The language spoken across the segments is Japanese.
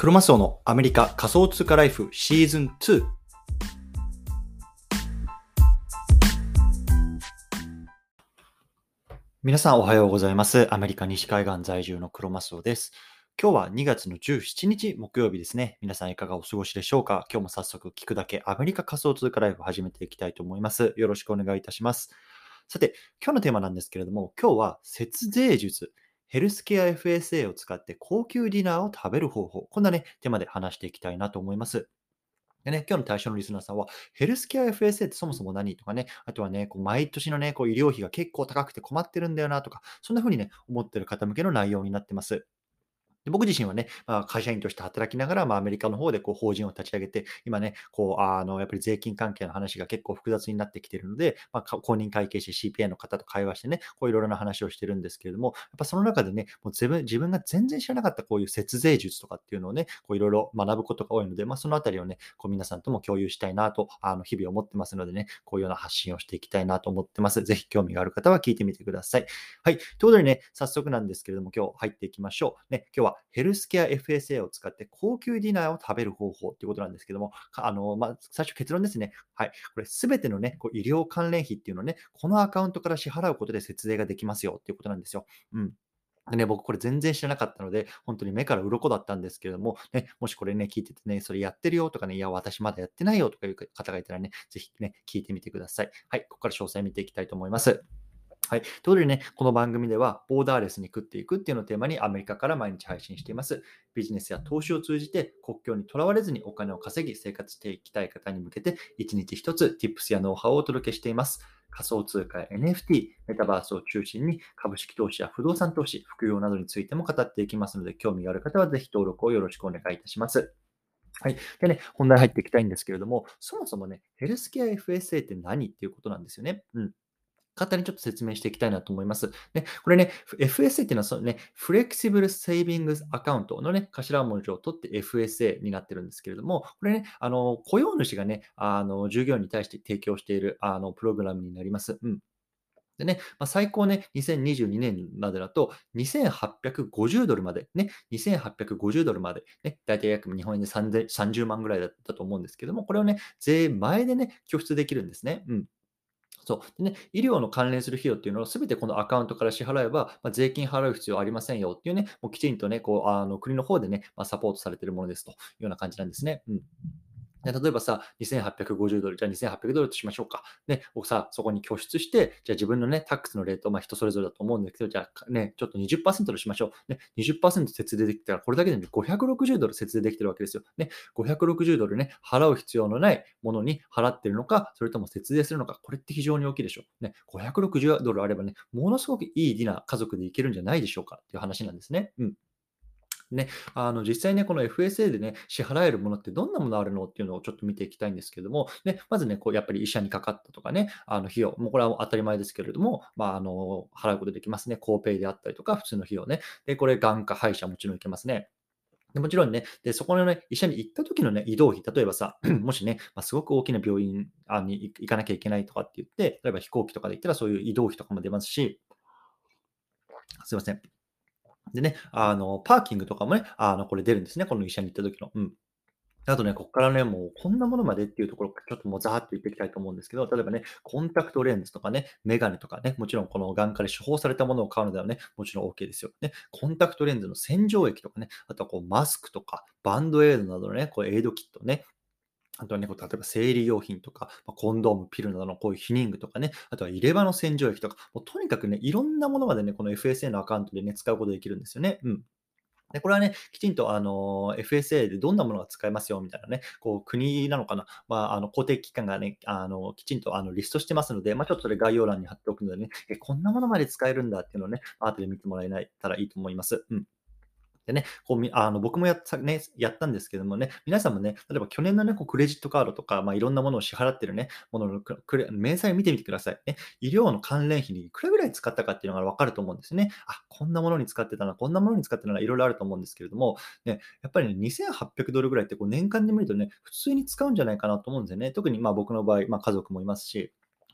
クロマスオのアメリカ仮想通貨ライフシーズン2。皆さんおはようございます。アメリカ西海岸在住のクロマスオです。今日は2月の17日木曜日ですね。皆さんいかがお過ごしでしょうか。今日も早速聞くだけアメリカ仮想通貨ライフを始めていきたいと思います。よろしくお願いいたします。さて、今日のテーマなんですけれども、今日は節税術。ヘルスケア FSA を使って高級ディナーを食べる方法。こんなね、テーマで話していきたいなと思います。でね、今日の対象のリスナーさんは、ヘルスケア FSA ってそもそも何とかね、あとはね、毎年のね、医療費が結構高くて困ってるんだよなとか、そんな風にね、思ってる方向けの内容になってます。で僕自身はね、会社員として働きながら、アメリカの方で法人を立ち上げて、今ね、やっぱり税金関係の話が結構複雑になってきているので、公認会計士 CPA の方と会話してね、いろいろな話をしてるんですけれども、やっぱその中でね、もう自分が全然知らなかったこういう節税術とかっていうのをね、いろいろ学ぶことが多いので、そのあたりをね、皆さんとも共有したいなと、日々思ってますのでね、こういうような発信をしていきたいなと思ってます。ぜひ興味がある方は聞いてみてください。はい。ということでね、早速なんですけれども、今日入っていきましょう。ね、今日はヘルスケア FSA を使って高級ディナーを食べる方法ということなんですけども、最初結論ですね。はい。これすべてのね、医療関連費っていうのをね、このアカウントから支払うことで節税ができますよっていうことなんですよ。うん。でね、僕これ全然知らなかったので、本当に目から鱗だったんですけれども、ね、もしこれね、聞いててね、それやってるよとかね、いや、私まだやってないよとかいう方がいたらね、ぜひね、聞いてみてください。はい、ここから詳細見ていきたいと思います。はい。ということでね、この番組では、ボーダーレスに食っていくっていうのをテーマにアメリカから毎日配信しています。ビジネスや投資を通じて国境にとらわれずにお金を稼ぎ、生活していきたい方に向けて、一日一つ Tips やノウハウをお届けしています。仮想通貨や NFT、メタバースを中心に株式投資や不動産投資、副業などについても語っていきますので、興味がある方はぜひ登録をよろしくお願いいたします。はい。でね、本題入っていきたいんですけれども、そもそもね、ヘルスケア FSA って何っていうことなんですよね。うん。簡単にちょっと説明していきたいなと思います。ね、これね、FSA っていうのはそのね、フレキシブルセービングスアカウントのね、頭文字を取って FSA になってるんですけれども、これね、雇用主がね、従業員に対して提供している、プログラムになります。うん。でね、最高ね、2022年までだと、$2850 まで、ね、$2850 まで、ね、だいたい約日本円で30万ぐらいだったと思うんですけども、これをね、税前でね、拠出できるんですね。うん。そう。でね、医療の関連する費用っていうのをすべてこのアカウントから支払えば、税金払う必要ありませんよっていうね、もうきちんとね、国の方でね、サポートされているものですというような感じなんですね。うん。で、例えばさ、$2850、じゃあ$2800としましょうか。ね、僕さ、そこに拠出して、じゃあ自分のね、タックスのレート、人それぞれだと思うんですけど、じゃあね、ちょっと20%としましょう。ね、20%節税できたら、これだけでね、$560節税できてるわけですよ。ね、$560ね、払う必要のないものに払ってるのか、それとも節税するのか、これって非常に大きいでしょう。ね、$560あればね、ものすごくいいディナー、家族で行けるんじゃないでしょうかっていう話なんですね。うん。ね、実際ね、この FSA でね、支払えるものってどんなものあるのっていうのをちょっと見ていきたいんですけども、ね、まずね、やっぱり医者にかかったとかね、費用、もうこれは当たり前ですけれども、払うことできますね。コーペイであったりとか、普通の費用ね。で、これ、眼科、歯医者もちろん行けますね。で、もちろんね、で、そこのね、医者に行った時のね、移動費、例えばさ、もしね、すごく大きな病院に行かなきゃいけないとかって言って、例えば飛行機とかで行ったらそういう移動費とかも出ますし、すいません。でね、パーキングとかもね、これ出るんですね、この医者に行った時の。うん。あとね、こっからね、もうこんなものまでっていうところ、ちょっともうざーっと言っていきたいと思うんですけど、例えばね、コンタクトレンズとかね、メガネとかね、もちろんこの眼科で処方されたものを買うのではね、もちろん OK ですよ。ね、コンタクトレンズの洗浄液とかね、あとはマスクとか、バンドエイドなどのね、エイドキットね、あとはね、例えば生理用品とか、コンドーム、ピルなどのこういう避妊具とかね、あとは入れ歯の洗浄液とか、もうとにかくね、いろんなものまでね、この FSA のアカウントでね、使うことができるんですよね。うん。で、これはね、きちんとFSA でどんなものが使えますよみたいなね、国なのかな、公的機関がね、きちんとリストしてますので、ちょっとそれ概要欄に貼っておくのでね、こんなものまで使えるんだっていうのをね、後で見てもらえないたらいいと思います。うん。でね、僕もやったんですけどもね、皆さんもね、例えば去年のね、クレジットカードとか、いろんなものを支払ってるね、ものの明細を見てみてください。ね、医療の関連費にいくらぐらい使ったかっていうのが分かると思うんですね。あ、こんなものに使ってたな、こんなものに使ってたな、いろいろあると思うんですけれども、ね、やっぱりね、$2800ぐらいって年間で見るとね、普通に使うんじゃないかなと思うんですよね。特に僕の場合、家族もいますし、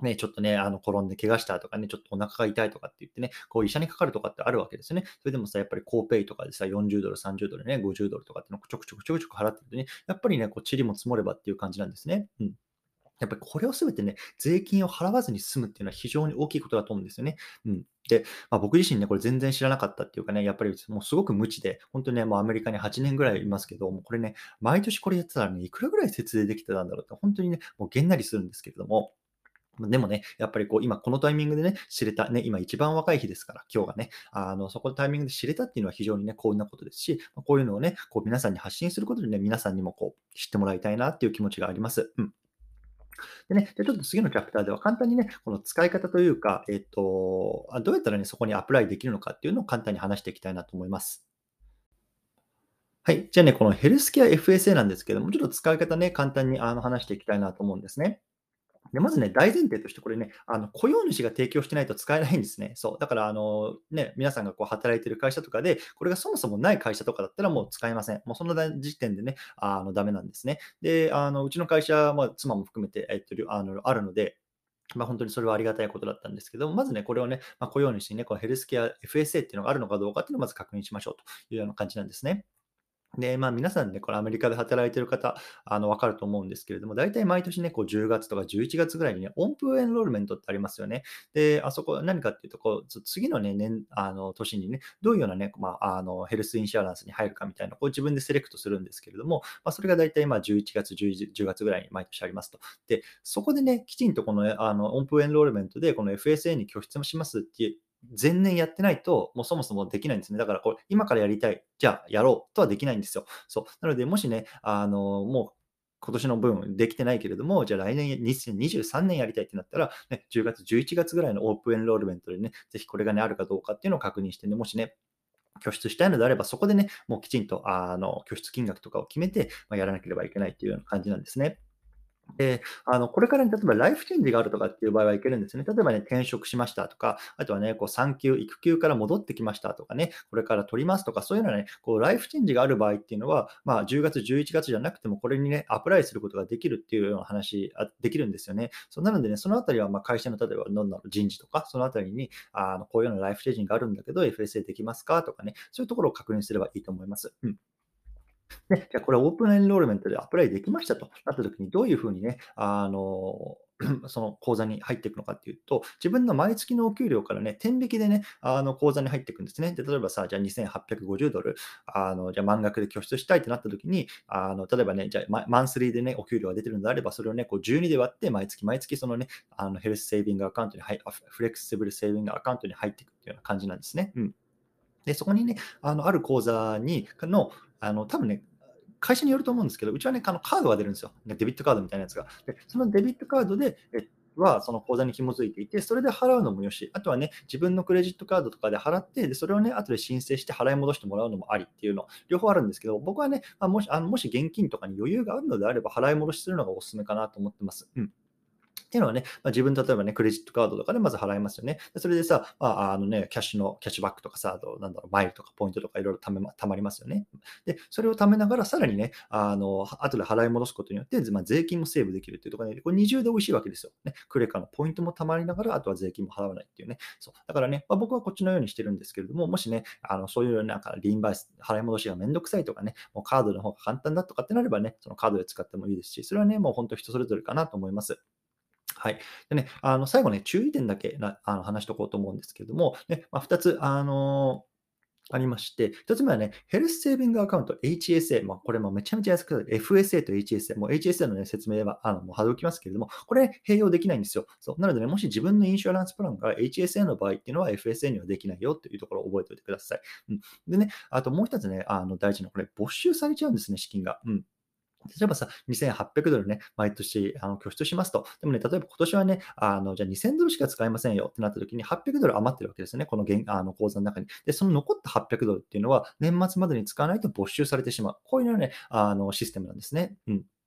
ね、ちょっとね、転んで怪我したとかね、ちょっとお腹が痛いとかって言ってね、こう医者にかかるとかってあるわけですよね。それでもさ、やっぱりコーペイとかでさ、$40、$30ね、$50とかってのをちょくちょくちょくちょく払ってるとね、やっぱりね、こう塵も積もればっていう感じなんですね。うん。やっぱりこれをすべてね、税金を払わずに済むっていうのは非常に大きいことだと思うんですよね。うん。で、僕自身ね、これ全然知らなかったっていうかね、やっぱりもうすごく無知で、本当にね、もうアメリカに8年ぐらいいますけど、もうこれね、毎年これやってたらね、いくらぐらい節税できてたんだろうって、本当にね、もうげんなりするんですけれども、でもね、やっぱりこう今このタイミングでね、知れた、ね、今一番若い日ですから、今日がね、そこのタイミングで知れたっていうのは非常にね、幸運なことですし、こういうのをね、こう皆さんに発信することでね、皆さんにもこう知ってもらいたいなっていう気持ちがあります。うん。でね、じゃあちょっと次のチャプターでは簡単にね、この使い方というか、どうやったらね、そこにアプライできるのかっていうのを簡単に話していきたいなと思います。はい。じゃあね、このヘルスケア FSA なんですけども、ちょっと使い方ね、簡単に話していきたいなと思うんですね。で、まずね、大前提としてこれね、雇用主が提供してないと使えないんですね。そう。だからね、皆さんがこう働いてる会社とかで、これがそもそもない会社とかだったらもう使えません。もうその時点でね、ダメなんですね。で、うちの会社、妻も含めて、あるので、本当にそれはありがたいことだったんですけど、まずね、これをね、雇用主にね、こうヘルスケア FSA っていうのがあるのかどうかっていうのをまず確認しましょうというような感じなんですね。で、皆さんね、これアメリカで働いてる方、分かると思うんですけれども、大体毎年ね、こう10月とか11月ぐらいにね、オープンエンロールメントってありますよね。で、あそこ何かっていうと、こう、次のね、年にね、どういうようなね、ヘルスインシュアランスに入るかみたいな、こう自分でセレクトするんですけれども、それが大体11月、10月ぐらいに毎年ありますと。で、そこでね、きちんとこの、オープンエンロールメントで、この FSA に拠出もしますって前年やってないと、もうそもそもできないんですね。だからこれ、今からやりたい、じゃあやろうとはできないんですよ。そう。なので、もしね、もう今年の分できてないけれども、じゃあ来年2023年やりたいってなったら、ね、10月、11月ぐらいのオープンエンロールメントでね、ぜひこれがね、あるかどうかっていうのを確認してね、もしね、拠出したいのであれば、そこでね、もうきちんと、拠出金額とかを決めて、やらなければいけないっていうような感じなんですね。で、これからね、例えばライフチェンジがあるとかっていう場合はいけるんですよね。例えばね、転職しましたとか、あとはね、こう産休、育休から戻ってきましたとかね、これから取りますとか、そういうのはね、こうライフチェンジがある場合っていうのは、10月、11月じゃなくても、これにね、アプライすることができるっていうような話、できるんですよね。そうなのでね、そのあたりは、会社の例えばどんな人事とか、そのあたりに、こういうようなライフチェンジがあるんだけど、FSA できますかとかね、そういうところを確認すればいいと思います。うん。で、じゃあこれオープンエンロールメントでアプライできましたとなった時に、どういうふうにね、その口座に入っていくのかっていうと、自分の毎月のお給料からね、天引きでね、口座に入っていくんですね。で、例えばさ、じゃあ$2850、じゃあ満額で拠出したいってなった時に、例えばね、じゃあマンスリーでね、お給料が出てるのであれば、それをね、こう12で割って、毎月毎月そのね、ヘルスセービングアカウントにフレキシブルセービングアカウントに入っていくっていうような感じなんですね。うん。で、そこにね、ある口座多分ね、会社によると思うんですけど、うちはね、カードが出るんですよ。デビットカードみたいなやつが。で、そのデビットカードで、その口座に紐づいていて、それで払うのもよし、あとはね、自分のクレジットカードとかで払って、で、それをね、後で申請して払い戻してもらうのもありっていうの、両方あるんですけど、僕はね、もし現金とかに余裕があるのであれば、払い戻しするのがお勧めかなと思ってます。うん。っていうのはね、自分例えばね、クレジットカードとかでまず払いますよね。でそれでさ、キャッシュバックとかさ、あとなんだろう、マイルとかポイントとかいろいろ貯まりますよね。で、それを貯めながらさらにね、後で払い戻すことによって、税金もセーブできるっていうところで、これ二重で美味しいわけですよ。ね、クレカのポイントも貯まりながら、あとは税金も払わないっていうね。そう。だからね、僕はこっちのようにしてるんですけれども、もしね、そういうなんかリンバイス、払い戻しがめんどくさいとかね、もうカードの方が簡単だとかってなればね、そのカードで使ってもいいですし、それはね、もう本当人それぞれかなと思います。はい。でね、最後ね、注意点だけ話しとこうと思うんですけれども、ね、2つ、ありまして、1つ目はね、ヘルスセービングアカウント HSA、これもめちゃめちゃ安くて、FSA と HSA、もう HSA のね、説明は、もう省きますけれども、これ、併用できないんですよ。そう。なのでね、もし自分のインシュアランスプランが HSA の場合っていうのは FSA にはできないよっていうところを覚えておいてください。うん。でね、あともう一つね、大事な、これ、没収されちゃうんですね、資金が。うん。例えばさ、$2800ね、毎年拠出しますと。でもね、例えば今年はね、じゃあ$2000しか使えませんよってなった時に$800余ってるわけですよね、この口座の中に。で、その残った$800っていうのは、年末までに使わないと没収されてしまう。こういうのね、システムなんですね。うん。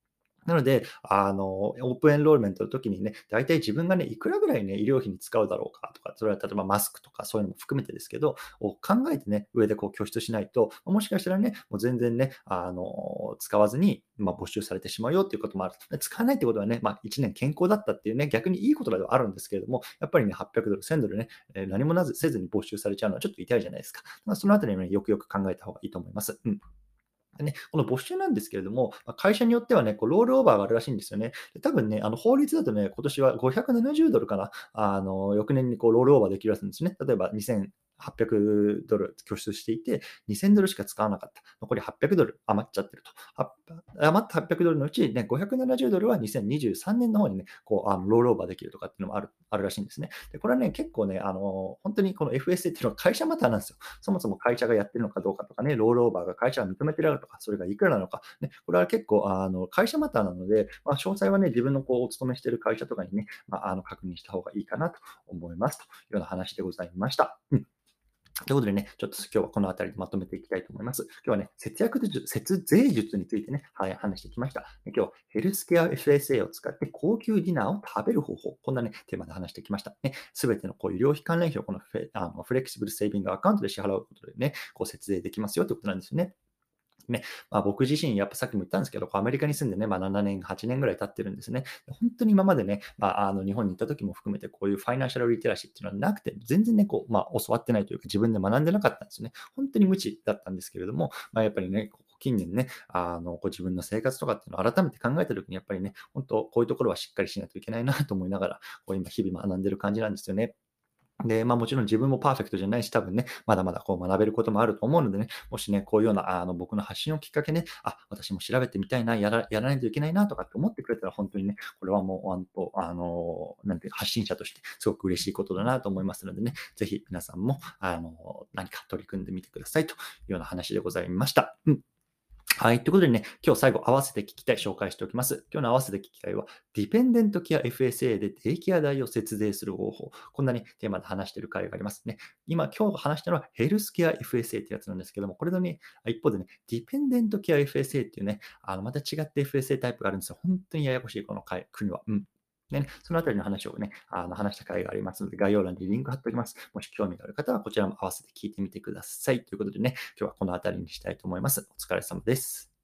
なので、オープンエンロールメントの時にね、大体自分がね、いくらぐらいね、医療費に使うだろうかとか、それは例えばマスクとかそういうのも含めてですけど、を考えてね、上でこう拠出しないと、もしかしたらね、もう全然ね、使わずに、没収されてしまうよっていうこともある。で使わないってことはね、1年健康だったっていうね、逆にいいことではあるんですけれども、やっぱりね、$800、$1000ね、何もなずせずに没収されちゃうのはちょっと痛いじゃないですか。そのあたりもね、よくよく考えた方がいいと思います。うん。でね、この没収なんですけれども、会社によってはね、こうロールオーバーがあるらしいんですよね。で、多分ね、法律だとね、今年は$570かな、翌年にこうロールオーバーできるらしいんですね。例えば$2800拠出していて、$2000しか使わなかった。残り$800余っちゃってると。余った$800のうち、ね、$570は2023年の方にね、こうロールオーバーできるとかっていうのもあるらしいんですね。で、これはね、結構ね、本当にこの FSA っていうのは会社マターなんですよ。そもそも会社がやってるのかどうかとかね、ロールオーバーが会社が認めてるとか、それがいくらなのか、ね、これは結構会社マターなので、詳細はね、自分のこうお勤めしている会社とかにね、確認した方がいいかなと思いますというような話でございました。うん。ということでね、ちょっと今日はこのあたりでまとめていきたいと思います。今日はね、節税術についてね、はい、話してきました。今日、ヘルスケア FSA を使って高級ディナーを食べる方法、こんなね、テーマで話してきました。ね、すべてのこう医療費関連費をこのフレキシブルセービングアカウントで支払うことでね、こう節税できますよということなんですよね。ね、僕自身、やっぱさっきも言ったんですけど、こうアメリカに住んでね、7年、8年ぐらい経ってるんですね。本当に今までね、日本に行った時も含めて、こういうファイナンシャルリテラシーっていうのはなくて、全然ね、こう、教わってないというか、自分で学んでなかったんですよね。本当に無知だったんですけれども、やっぱりね、ここ近年ね、こう自分の生活とかっていうのを改めて考えた時に、やっぱりね、本当こういうところはしっかりしないといけないなと思いながら、こう今日々学んでる感じなんですよね。で、もちろん自分もパーフェクトじゃないし、多分ね、まだまだこう学べることもあると思うのでね、もしね、こういうような僕の発信をきっかけね、私も調べてみたいな、やらないといけないなとかって思ってくれたら、本当にね、これはもう、なんていう発信者としてすごく嬉しいことだなと思いますのでね、ぜひ皆さんも、何か取り組んでみてくださいというような話でございました。うん。はい。ということでね、今日最後合わせて聞きたい紹介しておきます。今日の合わせて聞きたいは、ディペンデントケア FSA でデイケア代を節税する方法。こんなね、テーマで話している回がありますね。今日話したのはヘルスケア FSA ってやつなんですけども、これのね、一方でね、ディペンデントケア FSA っていうね、また違った FSA タイプがあるんですよ。本当にややこしい、この国は。うん。でね、そのあたりの話をね、話した回がありますので、概要欄にリンク貼っておきます。もし興味がある方は、こちらも合わせて聞いてみてください。ということでね、今日はこのあたりにしたいと思います。お疲れ様です。